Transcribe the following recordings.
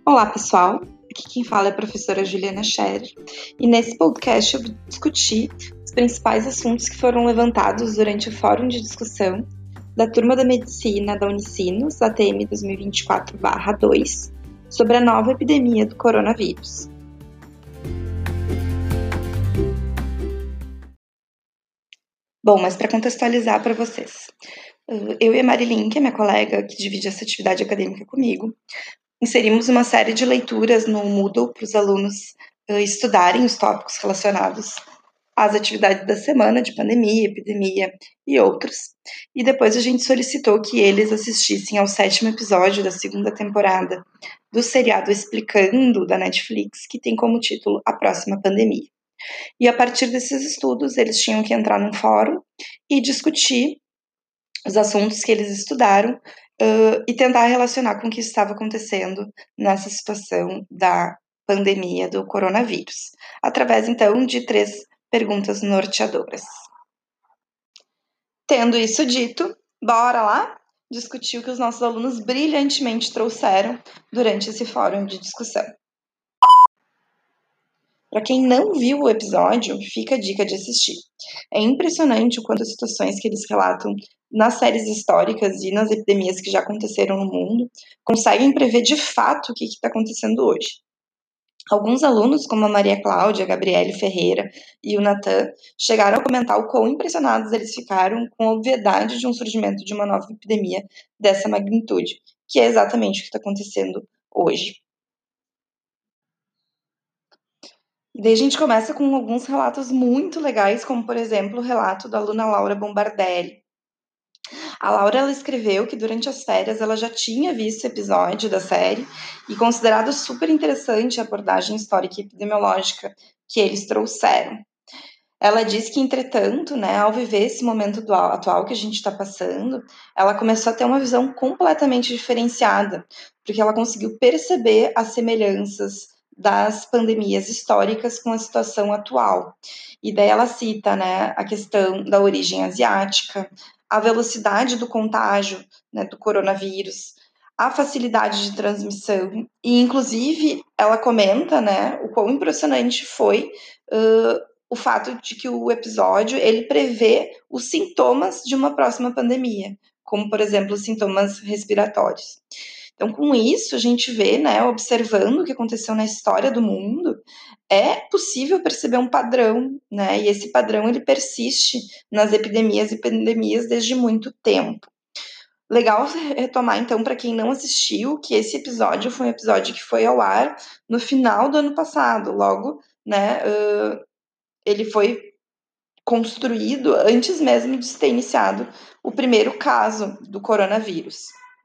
Olá, pessoal. Aqui quem fala é a professora Juliana Scherer e nesse podcast eu vou discutir os principais assuntos que foram levantados durante o Fórum de Discussão da Turma da Medicina da Unicinos, ATM 2024/2, sobre a nova epidemia do coronavírus. Bom, mas para contextualizar para vocês, eu e a Marilyn, que é minha colega que divide essa atividade acadêmica comigo, inserimos uma série de leituras no Moodle para os alunos estudarem os tópicos relacionados às atividades da semana de pandemia, epidemia e outros. E depois a gente solicitou que eles assistissem ao 7º episódio da 2ª temporada do seriado Explicando, da Netflix, que tem como título A Próxima Pandemia. E a partir desses estudos, eles tinham que entrar num fórum e discutir os assuntos que eles estudaram e tentar relacionar com o que estava acontecendo nessa situação da pandemia do coronavírus, através, então, de 3 perguntas norteadoras. Tendo isso dito, bora lá discutir o que os nossos alunos brilhantemente trouxeram durante esse fórum de discussão. Para quem não viu o episódio, fica a dica de assistir. É impressionante o quanto as situações que eles relatam nas séries históricas e nas epidemias que já aconteceram no mundo conseguem prever de fato o que está acontecendo hoje. Alguns alunos, como a Maria Cláudia, a Gabriele Ferreira e o Natan, chegaram a comentar o quão impressionados eles ficaram com a obviedade de um surgimento de uma nova epidemia dessa magnitude, que é exatamente o que está acontecendo hoje. E daí a gente começa com alguns relatos muito legais, como, por exemplo, o relato da aluna Laura Bombardelli. A Laura, ela escreveu que durante as férias ela já tinha visto episódio da série e considerado super interessante a abordagem histórica e epidemiológica que eles trouxeram. Ela diz que, entretanto, ao viver esse momento atual que a gente está passando, ela começou a ter uma visão completamente diferenciada, porque ela conseguiu perceber as semelhanças das pandemias históricas com a situação atual. E daí ela cita, a questão da origem asiática, a velocidade do contágio, do coronavírus, a facilidade de transmissão, e inclusive ela comenta, o quão impressionante foi o fato de que o episódio ele prevê os sintomas de uma próxima pandemia, como, por exemplo, os sintomas respiratórios. Então, com isso, a gente vê, observando o que aconteceu na história do mundo, é possível perceber um padrão, e esse padrão ele persiste nas epidemias e pandemias desde muito tempo. Legal retomar, então, para quem não assistiu, que esse episódio foi um episódio que foi ao ar no final do ano passado, logo, ele foi construído antes mesmo de ter iniciado o primeiro caso do coronavírus.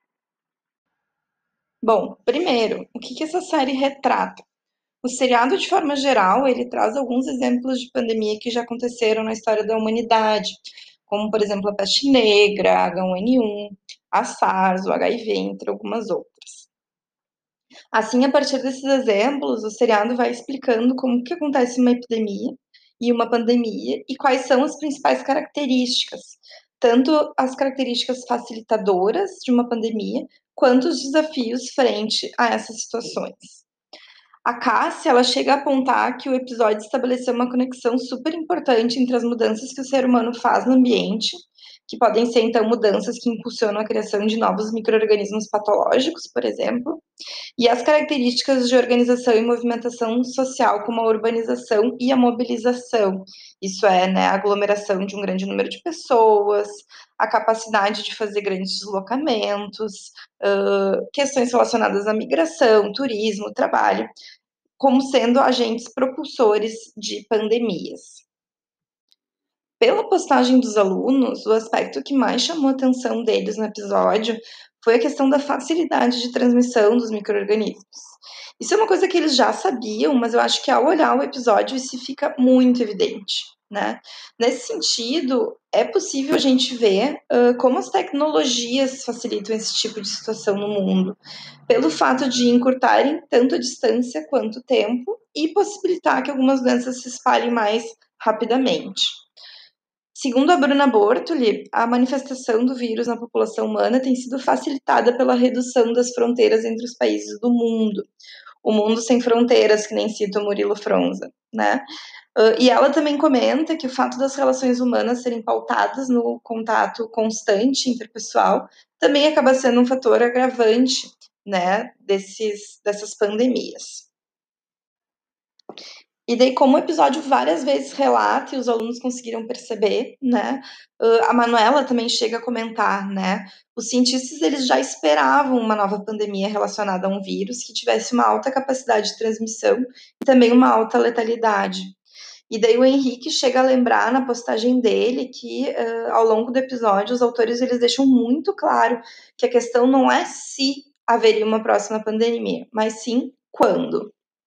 Bom, primeiro, o que essa série retrata? O seriado, de forma geral, ele traz alguns exemplos de pandemia que já aconteceram na história da humanidade, como, por exemplo, a peste negra, a H1N1, a SARS, o HIV, entre algumas outras. Assim, a partir desses exemplos, o seriado vai explicando como que acontece uma epidemia e uma pandemia e quais são as principais características, tanto as características facilitadoras de uma pandemia, quanto os desafios frente a essas situações. A Cássia, ela chega a apontar que o episódio estabeleceu uma conexão super importante entre as mudanças que o ser humano faz no ambiente, que podem ser, então, mudanças que impulsionam a criação de novos micro-organismos patológicos, por exemplo, e as características de organização e movimentação social, como a urbanização e a mobilização. Isso é, a aglomeração de um grande número de pessoas, a capacidade de fazer grandes deslocamentos, questões relacionadas à migração, turismo, trabalho, como sendo agentes propulsores de pandemias. Pela postagem dos alunos, o aspecto que mais chamou a atenção deles no episódio foi a questão da facilidade de transmissão dos micro-organismos. Isso é uma coisa que eles já sabiam, mas eu acho que ao olhar o episódio isso fica muito evidente. Nesse sentido, é possível a gente ver como as tecnologias facilitam esse tipo de situação no mundo, pelo fato de encurtarem tanto a distância quanto o tempo e possibilitar que algumas doenças se espalhem mais rapidamente. Segundo a Bruna Bortoli, a manifestação do vírus na população humana tem sido facilitada pela redução das fronteiras entre os países do mundo. O mundo sem fronteiras, que nem cita o Murilo Fronza, né? E ela também comenta que o fato das relações humanas serem pautadas no contato constante interpessoal também acaba sendo um fator agravante, né, dessas pandemias. E daí, como o episódio várias vezes relata e os alunos conseguiram perceber, né, a Manuela também chega a comentar, né, os cientistas eles já esperavam uma nova pandemia relacionada a um vírus que tivesse uma alta capacidade de transmissão e também uma alta letalidade. E daí o Henrique chega a lembrar na postagem dele que, ao longo do episódio, os autores eles deixam muito claro que a questão não é se haveria uma próxima pandemia, mas sim quando.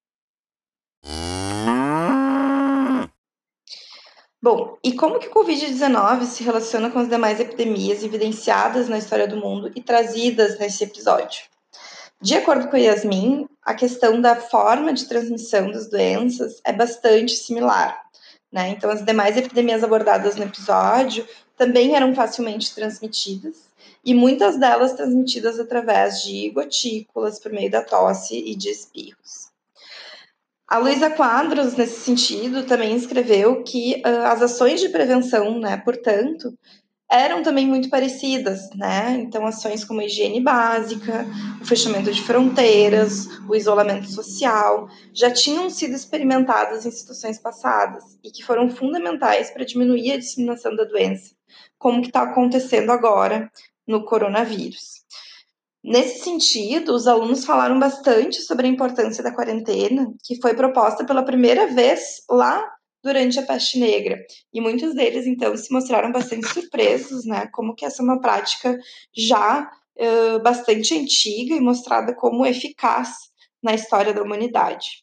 Bom, e como que o Covid-19 se relaciona com as demais epidemias evidenciadas na história do mundo e trazidas nesse episódio? De acordo com a Yasmin, a questão da forma de transmissão das doenças é bastante similar, né? Então, as demais epidemias abordadas no episódio também eram facilmente transmitidas, e muitas delas transmitidas através de gotículas, por meio da tosse e de espirros. A Luísa Quadros, nesse sentido, também escreveu que as ações de prevenção, né, portanto, eram também muito parecidas, né? Então, ações como a higiene básica, o fechamento de fronteiras, o isolamento social, já tinham sido experimentadas em situações passadas e que foram fundamentais para diminuir a disseminação da doença, como que está acontecendo agora no coronavírus. Nesse sentido, os alunos falaram bastante sobre a importância da quarentena, que foi proposta pela primeira vez lá durante a peste negra. E muitos deles, então, se mostraram bastante surpresos, né? Como que essa é uma prática já bastante antiga e mostrada como eficaz na história da humanidade.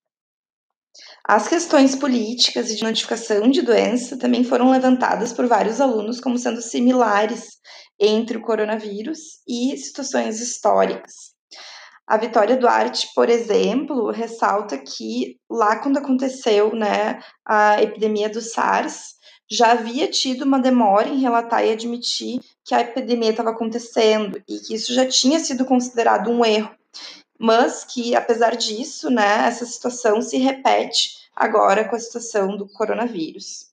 As questões políticas e de notificação de doença também foram levantadas por vários alunos como sendo similares entre o coronavírus e situações históricas. A Vitória Duarte, por exemplo, ressalta que lá quando aconteceu, né, a epidemia do SARS, já havia tido uma demora em relatar e admitir que a epidemia estava acontecendo e que isso já tinha sido considerado um erro, mas que, apesar disso, né, essa situação se repete agora com a situação do coronavírus.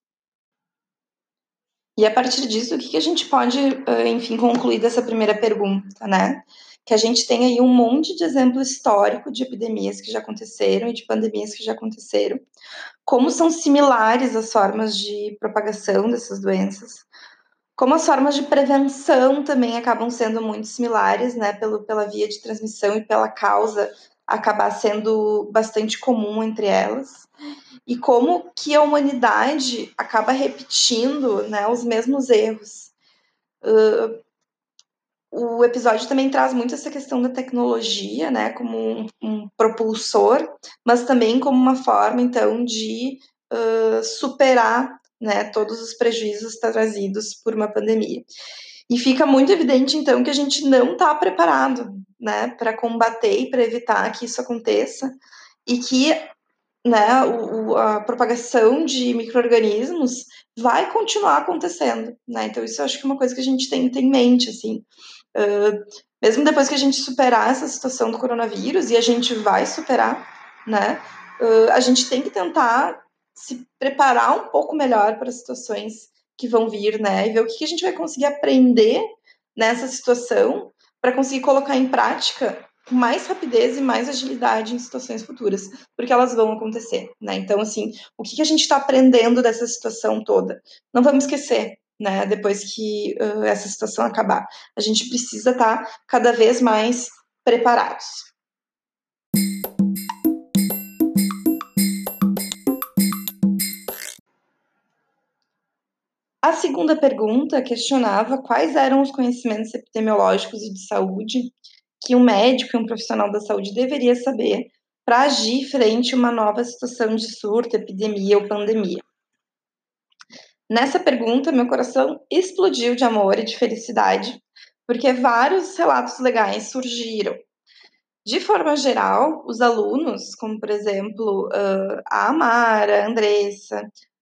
E a partir disso, o que a gente pode, enfim, concluir dessa primeira pergunta, né? Que a gente tem aí um monte de exemplo histórico de epidemias que já aconteceram e de pandemias que já aconteceram, como são similares as formas de propagação dessas doenças, como as formas de prevenção também acabam sendo muito similares, né, pela via de transmissão e pela causa acabar sendo bastante comum entre elas, e como que a humanidade acaba repetindo, né, os mesmos erros. O episódio também traz muito essa questão da tecnologia, né, como um propulsor, mas também como uma forma, então, de superar, né, todos os prejuízos trazidos por uma pandemia. E fica muito evidente, então, que a gente não está preparado, né, para combater e para evitar que isso aconteça, e que, né, a propagação de micro-organismos vai continuar acontecendo, né? Então, isso eu acho que é uma coisa que a gente tem que ter em mente, assim. Mesmo depois que a gente superar essa situação do coronavírus, e a gente vai superar, né? A gente tem que tentar se preparar um pouco melhor para as situações que vão vir, né? E ver o que a gente vai conseguir aprender nessa situação para conseguir colocar em prática com mais rapidez e mais agilidade em situações futuras, porque elas vão acontecer, né? Então, assim, o que a gente está aprendendo dessa situação toda? Não vamos esquecer, né? Depois que essa situação acabar, a gente precisa estar cada vez mais preparados. A segunda pergunta questionava quais eram os conhecimentos epidemiológicos e de saúde que um médico e um profissional da saúde deveria saber para agir frente a uma nova situação de surto, epidemia ou pandemia. Nessa pergunta, meu coração explodiu de amor e de felicidade, porque vários relatos legais surgiram. De forma geral, os alunos, como por exemplo a Amara, a Andressa,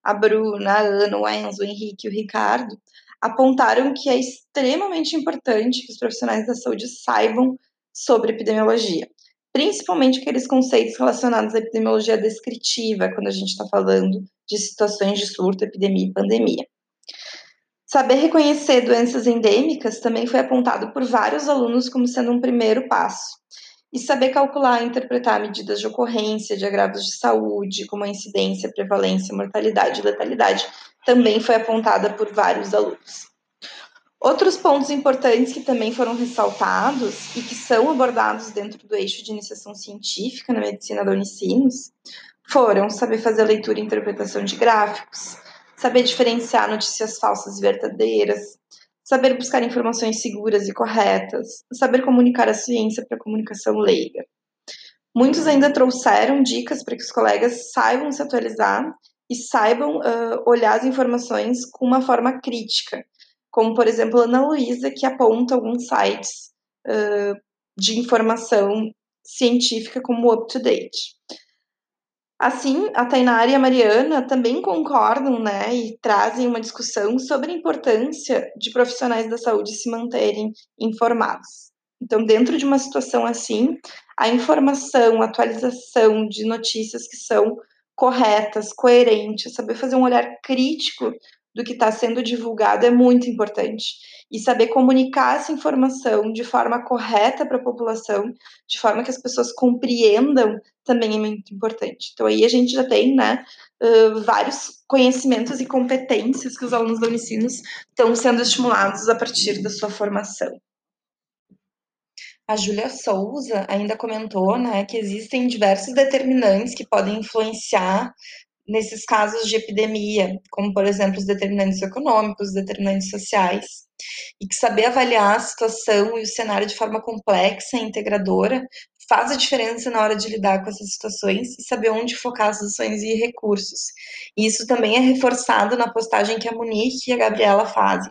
a Bruna, a Ana, o Enzo, o Henrique e o Ricardo, apontaram que é extremamente importante que os profissionais da saúde saibam sobre epidemiologia, principalmente aqueles conceitos relacionados à epidemiologia descritiva, quando a gente está falando de situações de surto, epidemia e pandemia. Saber reconhecer doenças endêmicas também foi apontado por vários alunos como sendo um primeiro passo. E saber calcular e interpretar medidas de ocorrência de agravos de saúde, como a incidência, prevalência, mortalidade e letalidade, também foi apontada por vários alunos. Outros pontos importantes que também foram ressaltados e que são abordados dentro do eixo de iniciação científica na medicina da Unicinos foram saber fazer leitura e interpretação de gráficos, saber diferenciar notícias falsas e verdadeiras, saber buscar informações seguras e corretas, saber comunicar a ciência para a comunicação leiga. Muitos ainda trouxeram dicas para que os colegas saibam se atualizar e saibam olhar as informações com uma forma crítica, como, por exemplo, a Ana Luísa, que aponta alguns sites de informação científica como UpToDate. Assim, a Tainara e a Mariana também concordam, né, e trazem uma discussão sobre a importância de profissionais da saúde se manterem informados. Então, dentro de uma situação assim, a informação, a atualização de notícias que são corretas, coerentes, saber fazer um olhar crítico do que está sendo divulgado é muito importante. E saber comunicar essa informação de forma correta para a população, de forma que as pessoas compreendam, também é muito importante. Então, aí a gente já tem, né, vários conhecimentos e competências que os alunos da Unicinos estão sendo estimulados a partir da sua formação. A Júlia Souza ainda comentou, né, que existem diversos determinantes que podem influenciar nesses casos de epidemia, como, por exemplo, os determinantes econômicos, os determinantes sociais, e que saber avaliar a situação e o cenário de forma complexa e integradora faz a diferença na hora de lidar com essas situações e saber onde focar as ações e recursos. E isso também é reforçado na postagem que a Monique e a Gabriela fazem.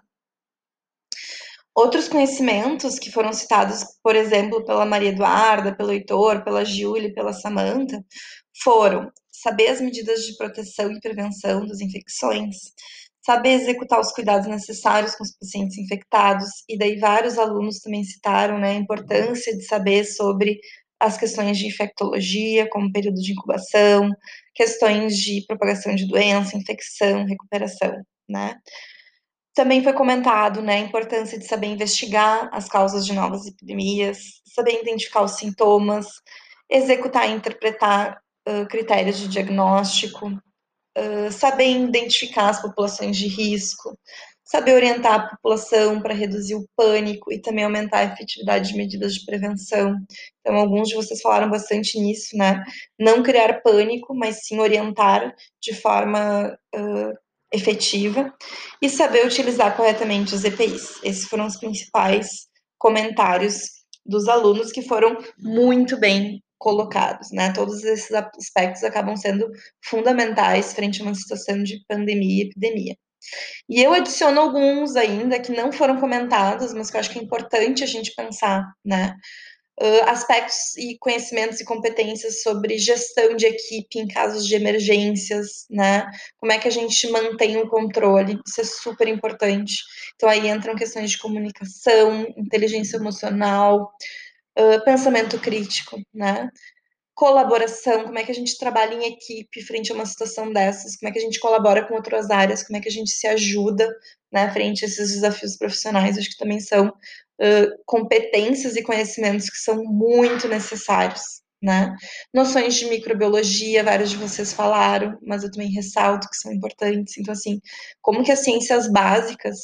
Outros conhecimentos que foram citados, por exemplo, pela Maria Eduarda, pelo Heitor, pela Júlia e pela Samanta, foram saber as medidas de proteção e prevenção das infecções, saber executar os cuidados necessários com os pacientes infectados, e daí vários alunos também citaram, né, a importância de saber sobre as questões de infectologia, como período de incubação, questões de propagação de doença, infecção, recuperação, né. Também foi comentado, né, a importância de saber investigar as causas de novas epidemias, saber identificar os sintomas, executar e interpretar critérios de diagnóstico, saber identificar as populações de risco, saber orientar a população para reduzir o pânico e também aumentar a efetividade de medidas de prevenção. Então, alguns de vocês falaram bastante nisso, né? Não criar pânico, mas sim orientar de forma efetiva e saber utilizar corretamente os EPIs. Esses foram os principais comentários dos alunos que foram muito bem colocados, né? Todos esses aspectos acabam sendo fundamentais frente a uma situação de pandemia e epidemia. E eu adiciono alguns ainda que não foram comentados, mas que eu acho que é importante a gente pensar, né? Aspectos e conhecimentos e competências sobre gestão de equipe em casos de emergências, né? Como é que a gente mantém o controle, isso é super importante. Então, aí entram questões de comunicação, inteligência emocional, pensamento crítico, né? Colaboração, como é que a gente trabalha em equipe frente a uma situação dessas, como é que a gente colabora com outras áreas, como é que a gente se ajuda, né, frente a esses desafios profissionais, acho que também são competências e conhecimentos que são muito necessários, né. Noções de microbiologia, vários de vocês falaram, mas eu também ressalto que são importantes, então assim, como que as ciências básicas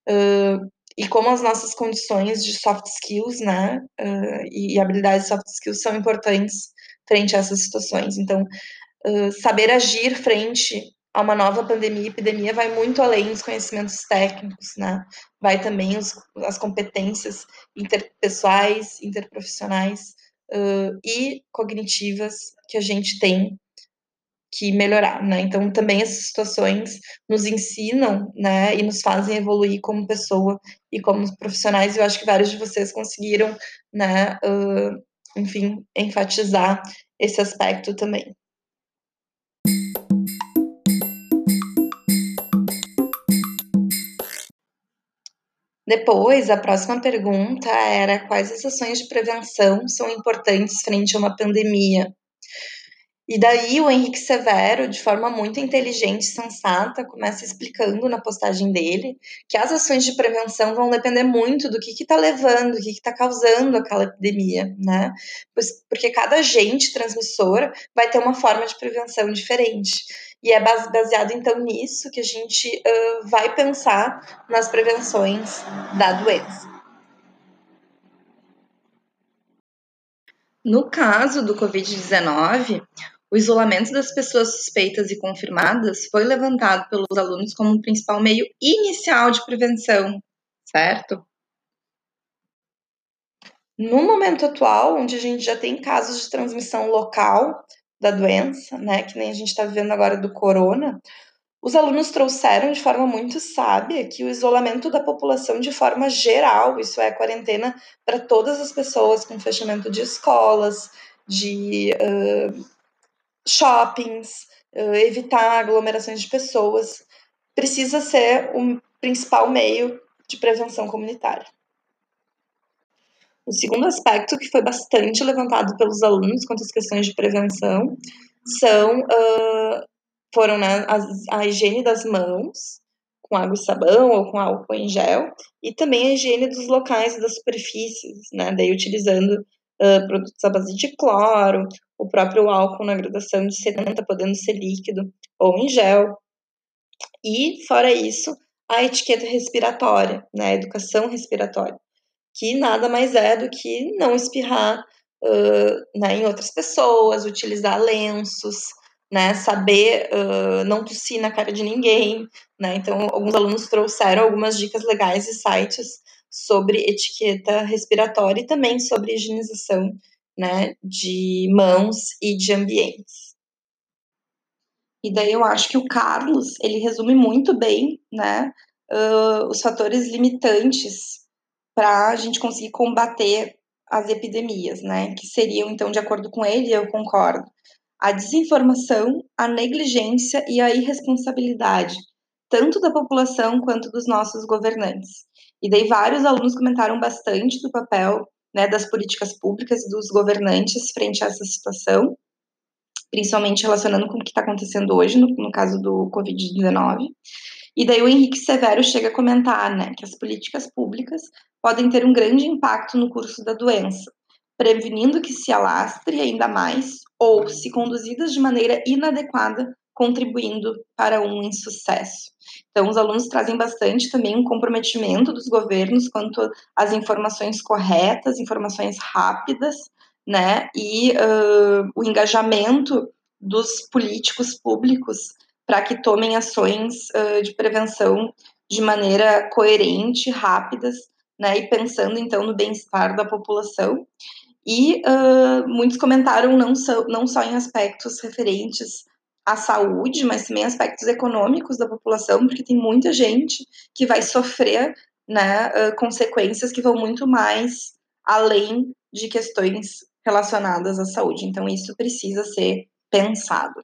e como as nossas condições de soft skills, né, e habilidades soft skills são importantes frente a essas situações. Então, saber agir frente a uma nova pandemia e epidemia vai muito além dos conhecimentos técnicos, né? Vai também as competências interpessoais, interprofissionais e cognitivas que a gente tem que melhorar, né? Então, também essas situações nos ensinam, né, e nos fazem evoluir como pessoa e como profissionais. E eu acho que vários de vocês conseguiram, né, enfim, enfatizar esse aspecto também. Depois, a próxima pergunta era quais as ações de prevenção são importantes frente a uma pandemia. E daí o Henrique Severo, de forma muito inteligente e sensata, começa explicando na postagem dele que as ações de prevenção vão depender muito do que está levando, o que está causando aquela epidemia, né? Porque cada agente transmissor vai ter uma forma de prevenção diferente. E é baseado, então, nisso que a gente vai pensar nas prevenções da doença. No caso do Covid-19, o isolamento das pessoas suspeitas e confirmadas foi levantado pelos alunos como o principal meio inicial de prevenção, certo? No momento atual, onde a gente já tem casos de transmissão local da doença, né, que nem a gente está vivendo agora do corona, os alunos trouxeram de forma muito sábia que o isolamento da população de forma geral, isso é, quarentena para todas as pessoas, com fechamento de escolas, de shoppings, evitar aglomerações de pessoas, precisa ser o principal meio de prevenção comunitária. O segundo aspecto que foi bastante levantado pelos alunos quanto às questões de prevenção são foram, né, a higiene das mãos com água e sabão ou com álcool em gel e também a higiene dos locais e das superfícies, né, daí utilizando produtos à base de cloro, o próprio álcool na graduação de 70 podendo ser líquido ou em gel. E, fora isso, a etiqueta respiratória, né, a educação respiratória, que nada mais é do que não espirrar né, em outras pessoas, utilizar lenços, né, saber não tossir na cara de ninguém, né, então alguns alunos trouxeram algumas dicas legais e sites sobre etiqueta respiratória e também sobre higienização, né, de mãos e de ambientes. E daí eu acho que o Carlos, ele resume muito bem, né, os fatores limitantes para a gente conseguir combater as epidemias, né, que seriam, então, de acordo com ele, eu concordo, a desinformação, a negligência e a irresponsabilidade, tanto da população quanto dos nossos governantes. E daí vários alunos comentaram bastante do papel, né, das políticas públicas e dos governantes frente a essa situação, principalmente relacionando com o que está acontecendo hoje, no caso do Covid-19. E daí o Henrique Severo chega a comentar, né, que as políticas públicas podem ter um grande impacto no curso da doença, prevenindo que se alastre ainda mais ou, se conduzidas de maneira inadequada, contribuindo para um insucesso. Então, os alunos trazem bastante também um comprometimento dos governos quanto às informações corretas, informações rápidas, né, e o engajamento dos políticos públicos para que tomem ações de prevenção de maneira coerente, rápidas, né, e pensando então no bem-estar da população. E muitos comentaram não só em aspectos referentes à saúde, mas também aspectos econômicos da população, porque tem muita gente que vai sofrer, né, consequências que vão muito mais além de questões relacionadas à saúde. Então, isso precisa ser pensado.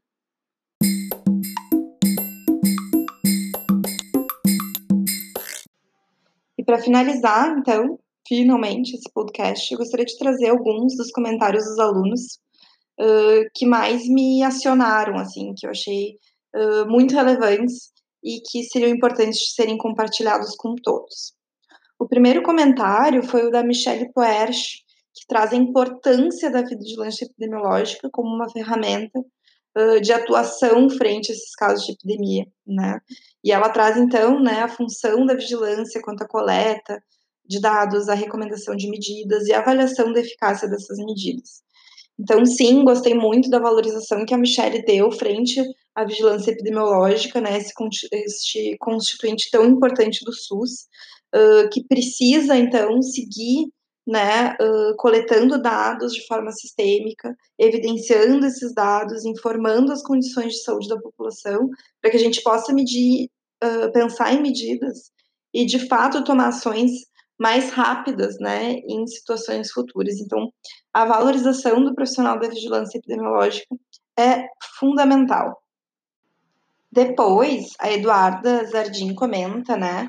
E para finalizar, então, finalmente, esse podcast, eu gostaria de trazer alguns dos comentários dos alunos que mais me acionaram, assim, que eu achei muito relevantes e que seriam importantes de serem compartilhados com todos. O primeiro comentário foi o da Michelle Puerch, que traz a importância da vigilância epidemiológica como uma ferramenta de atuação frente a esses casos de epidemia, né? E ela traz, então, né, a função da vigilância quanto à coleta de dados, a recomendação de medidas e a avaliação da eficácia dessas medidas. Então, sim, gostei muito da valorização que a Michelle deu frente à vigilância epidemiológica, né, este constituinte tão importante do SUS, que precisa, então, seguir, né, coletando dados de forma sistêmica, evidenciando esses dados, informando as condições de saúde da população, para que a gente possa medir, pensar em medidas e, de fato, tomar ações mais rápidas, né, em situações futuras. Então, a valorização do profissional da vigilância epidemiológica é fundamental. Depois, a Eduarda Zardim comenta, né,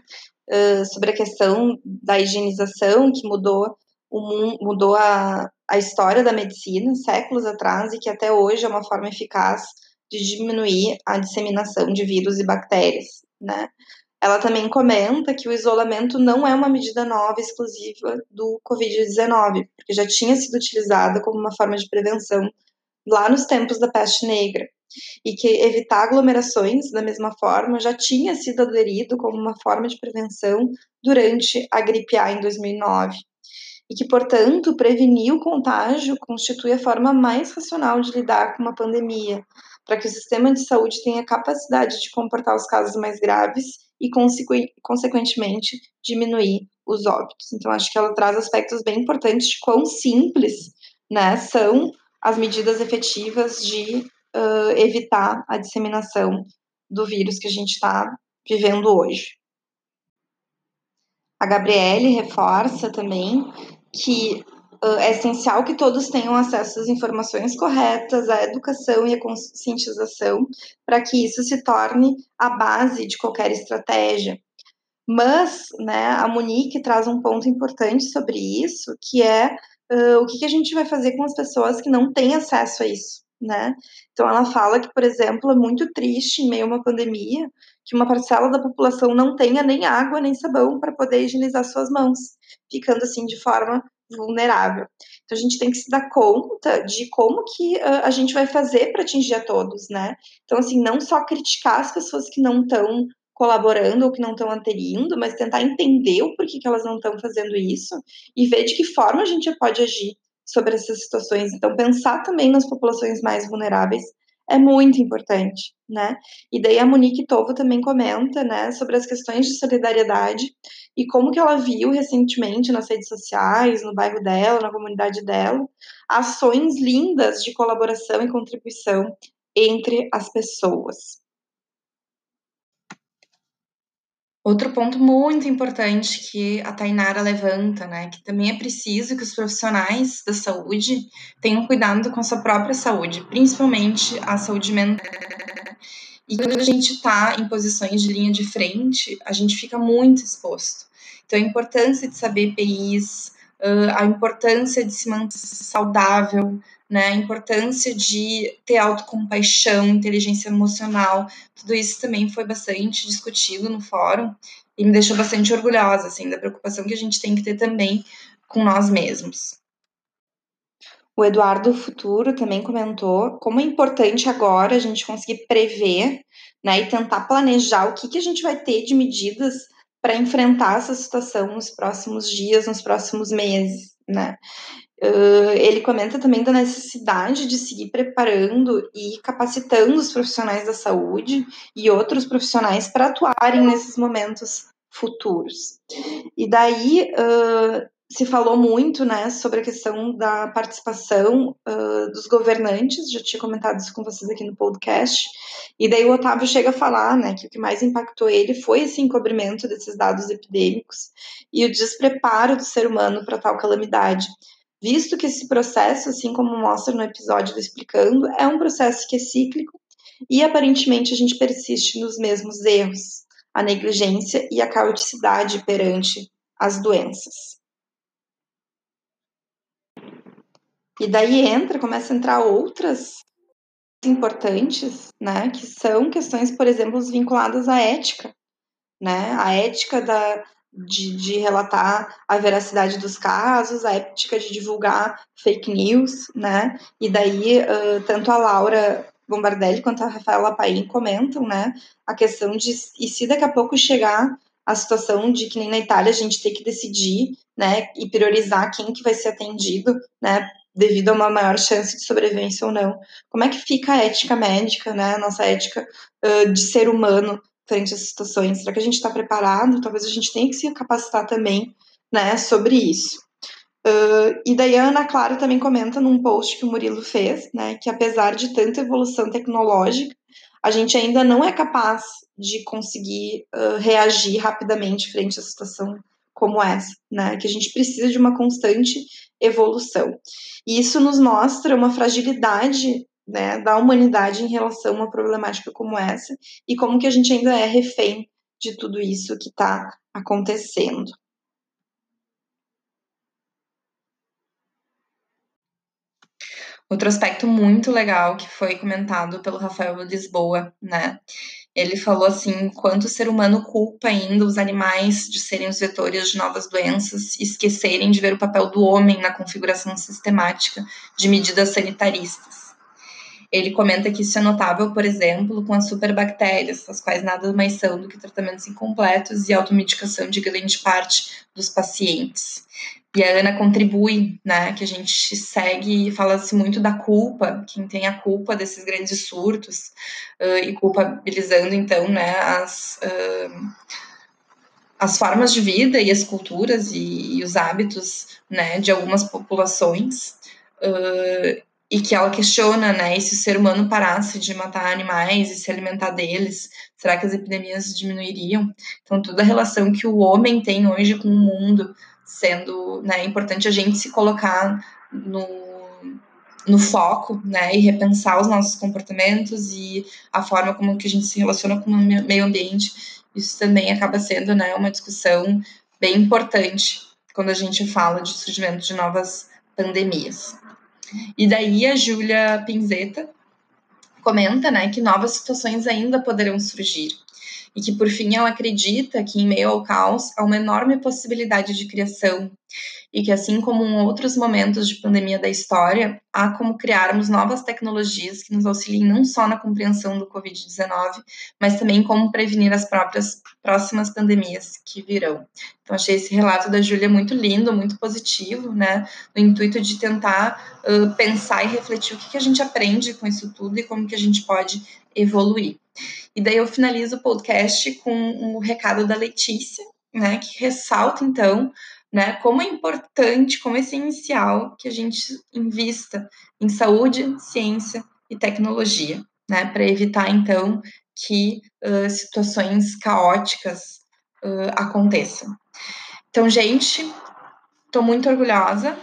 sobre a questão da higienização, que mudou o mundo, mudou a história da medicina séculos atrás e que até hoje é uma forma eficaz de diminuir a disseminação de vírus e bactérias, né? Ela também comenta que o isolamento não é uma medida nova exclusiva do Covid-19, porque já tinha sido utilizada como uma forma de prevenção lá nos tempos da peste negra, e que evitar aglomerações, da mesma forma, já tinha sido aderido como uma forma de prevenção durante a gripe A em 2009, e que, portanto, prevenir o contágio constitui a forma mais racional de lidar com uma pandemia, para que o sistema de saúde tenha capacidade de comportar os casos mais graves e, consequentemente, diminuir os óbitos. Então, acho que ela traz aspectos bem importantes de quão simples, né, são as medidas efetivas de evitar a disseminação do vírus que a gente está vivendo hoje. A Gabriele reforça também que é essencial que todos tenham acesso às informações corretas, à educação e à conscientização, para que isso se torne a base de qualquer estratégia. Mas, né, a Monique traz um ponto importante sobre isso, que é o que a gente vai fazer com as pessoas que não têm acesso a isso, né? Então, ela fala que, por exemplo, é muito triste, em meio a uma pandemia, que uma parcela da população não tenha nem água nem sabão para poder higienizar suas mãos, ficando assim de forma vulnerável. Então, a gente tem que se dar conta de como que a gente vai fazer para atingir a todos, né? Então, assim, não só criticar as pessoas que não estão colaborando ou que não estão aderindo, mas tentar entender o porquê que elas não estão fazendo isso e ver de que forma a gente pode agir sobre essas situações. Então, pensar também nas populações mais vulneráveis é muito importante, né? E daí a Monique Tovo também comenta, né, sobre as questões de solidariedade e como que ela viu recentemente nas redes sociais, no bairro dela, na comunidade dela, ações lindas de colaboração e contribuição entre as pessoas. Outro ponto muito importante que a Tainara levanta, né, que também é preciso que os profissionais da saúde tenham cuidado com a sua própria saúde, principalmente a saúde mental. E quando a gente está em posições de linha de frente, a gente fica muito exposto. Então, a importância de saber EPIs, a importância de se manter saudável, né, a importância de ter autocompaixão, inteligência emocional, tudo isso também foi bastante discutido no fórum e me deixou bastante orgulhosa, assim, da preocupação que a gente tem que ter também com nós mesmos. O Eduardo Futuro também comentou como é importante agora a gente conseguir prever, né, e tentar planejar o que a gente vai ter de medidas para enfrentar essa situação nos próximos dias, nos próximos meses, né? Ele comenta também da necessidade de seguir preparando e capacitando os profissionais da saúde e outros profissionais para atuarem nesses momentos futuros. E daí se falou muito, né, sobre a questão da participação dos governantes, já tinha comentado isso com vocês aqui no podcast, e daí o Otávio chega a falar, né, que o que mais impactou ele foi esse encobrimento desses dados epidêmicos e o despreparo do ser humano para tal calamidade, visto que esse processo, assim como mostra no episódio do Explicando, é um processo que é cíclico e aparentemente a gente persiste nos mesmos erros, a negligência e a caoticidade perante as doenças. E daí começa a entrar outras importantes, né, que são questões, por exemplo, vinculadas à ética, né, a ética de relatar a veracidade dos casos, a ética de divulgar fake news, né, e daí tanto a Laura Bombardelli quanto a Rafaela Paim comentam, né, a questão de, e se daqui a pouco chegar a situação de que nem na Itália a gente tem que decidir, né, e priorizar quem que vai ser atendido, né, devido a uma maior chance de sobrevivência ou não. Como é que fica a ética médica, né, a nossa ética de ser humano frente às situações? Será que a gente está preparado? Talvez a gente tenha que se capacitar também, né, sobre isso. E daí a Ana Clara também comenta num post que o Murilo fez, né, que apesar de tanta evolução tecnológica, a gente ainda não é capaz de conseguir reagir rapidamente frente a situação como essa, né, que a gente precisa de uma constante evolução. E isso nos mostra uma fragilidade, né, da humanidade em relação a uma problemática como essa e como que a gente ainda é refém de tudo isso que está acontecendo. Outro aspecto muito legal que foi comentado pelo Rafael Lisboa, né? Ele falou assim, quanto o ser humano culpa ainda os animais de serem os vetores de novas doenças e esquecerem de ver o papel do homem na configuração sistemática de medidas sanitaristas. Ele comenta que isso é notável, por exemplo, com as superbactérias, as quais nada mais são do que tratamentos incompletos e automedicação de grande parte dos pacientes. E a Ana contribui, né, que a gente segue e fala-se muito da culpa, quem tem a culpa desses grandes surtos, e culpabilizando, então, né, as formas de vida e as culturas e os hábitos, né, de algumas populações, e que ela questiona, né, e se o ser humano parasse de matar animais e se alimentar deles, será que as epidemias diminuiriam? Então, toda a relação que o homem tem hoje com o mundo, sendo, né, importante a gente se colocar no foco, né, e repensar os nossos comportamentos e a forma como que a gente se relaciona com o meio ambiente. Isso também acaba sendo, né, uma discussão bem importante quando a gente fala de surgimento de novas pandemias. E daí a Júlia Pinzetta comenta, né, que novas situações ainda poderão surgir e que, por fim, ela acredita que, em meio ao caos, há uma enorme possibilidade de criação e que, assim como em outros momentos de pandemia da história, há como criarmos novas tecnologias que nos auxiliem não só na compreensão do Covid-19, mas também como prevenir as próximas pandemias que virão. Então, achei esse relato da Júlia muito lindo, muito positivo, né, no intuito de tentar pensar e refletir o que a gente aprende com isso tudo e como que a gente pode evoluir. E daí eu finalizo o podcast com um recado da Letícia, né, que ressalta, então, né, como é importante, como é essencial que a gente invista em saúde, ciência e tecnologia, né, para evitar, então, que situações caóticas aconteçam. Então, gente, estou muito orgulhosa,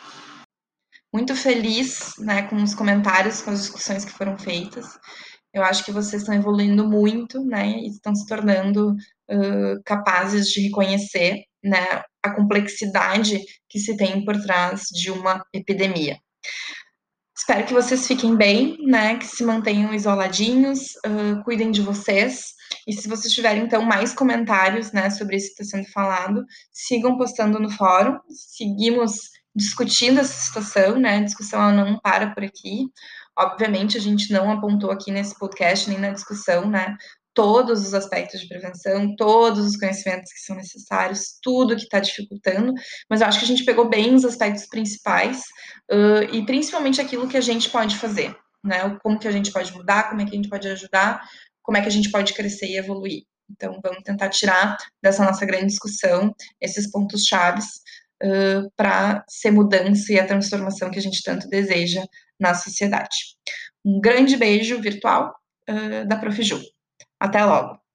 muito feliz, né, com os comentários, com as discussões que foram feitas. Eu acho que vocês estão evoluindo muito, né, e estão se tornando capazes de reconhecer, né, a complexidade que se tem por trás de uma epidemia. Espero que vocês fiquem bem, né, que se mantenham isoladinhos, cuidem de vocês. E se vocês tiverem, então, mais comentários, né, sobre isso que está sendo falado, sigam postando no fórum. Seguimos discutindo essa situação, né, a discussão ela não para por aqui. Obviamente, a gente não apontou aqui nesse podcast, nem na discussão, né, todos os aspectos de prevenção, todos os conhecimentos que são necessários, tudo que está dificultando, mas eu acho que a gente pegou bem os aspectos principais, e principalmente aquilo que a gente pode fazer, né? Como que a gente pode mudar, como é que a gente pode ajudar, como é que a gente pode crescer e evoluir. Então, vamos tentar tirar dessa nossa grande discussão esses pontos chaves para ser mudança e a transformação que a gente tanto deseja na sociedade. Um grande beijo virtual da Prof. Ju. Até logo!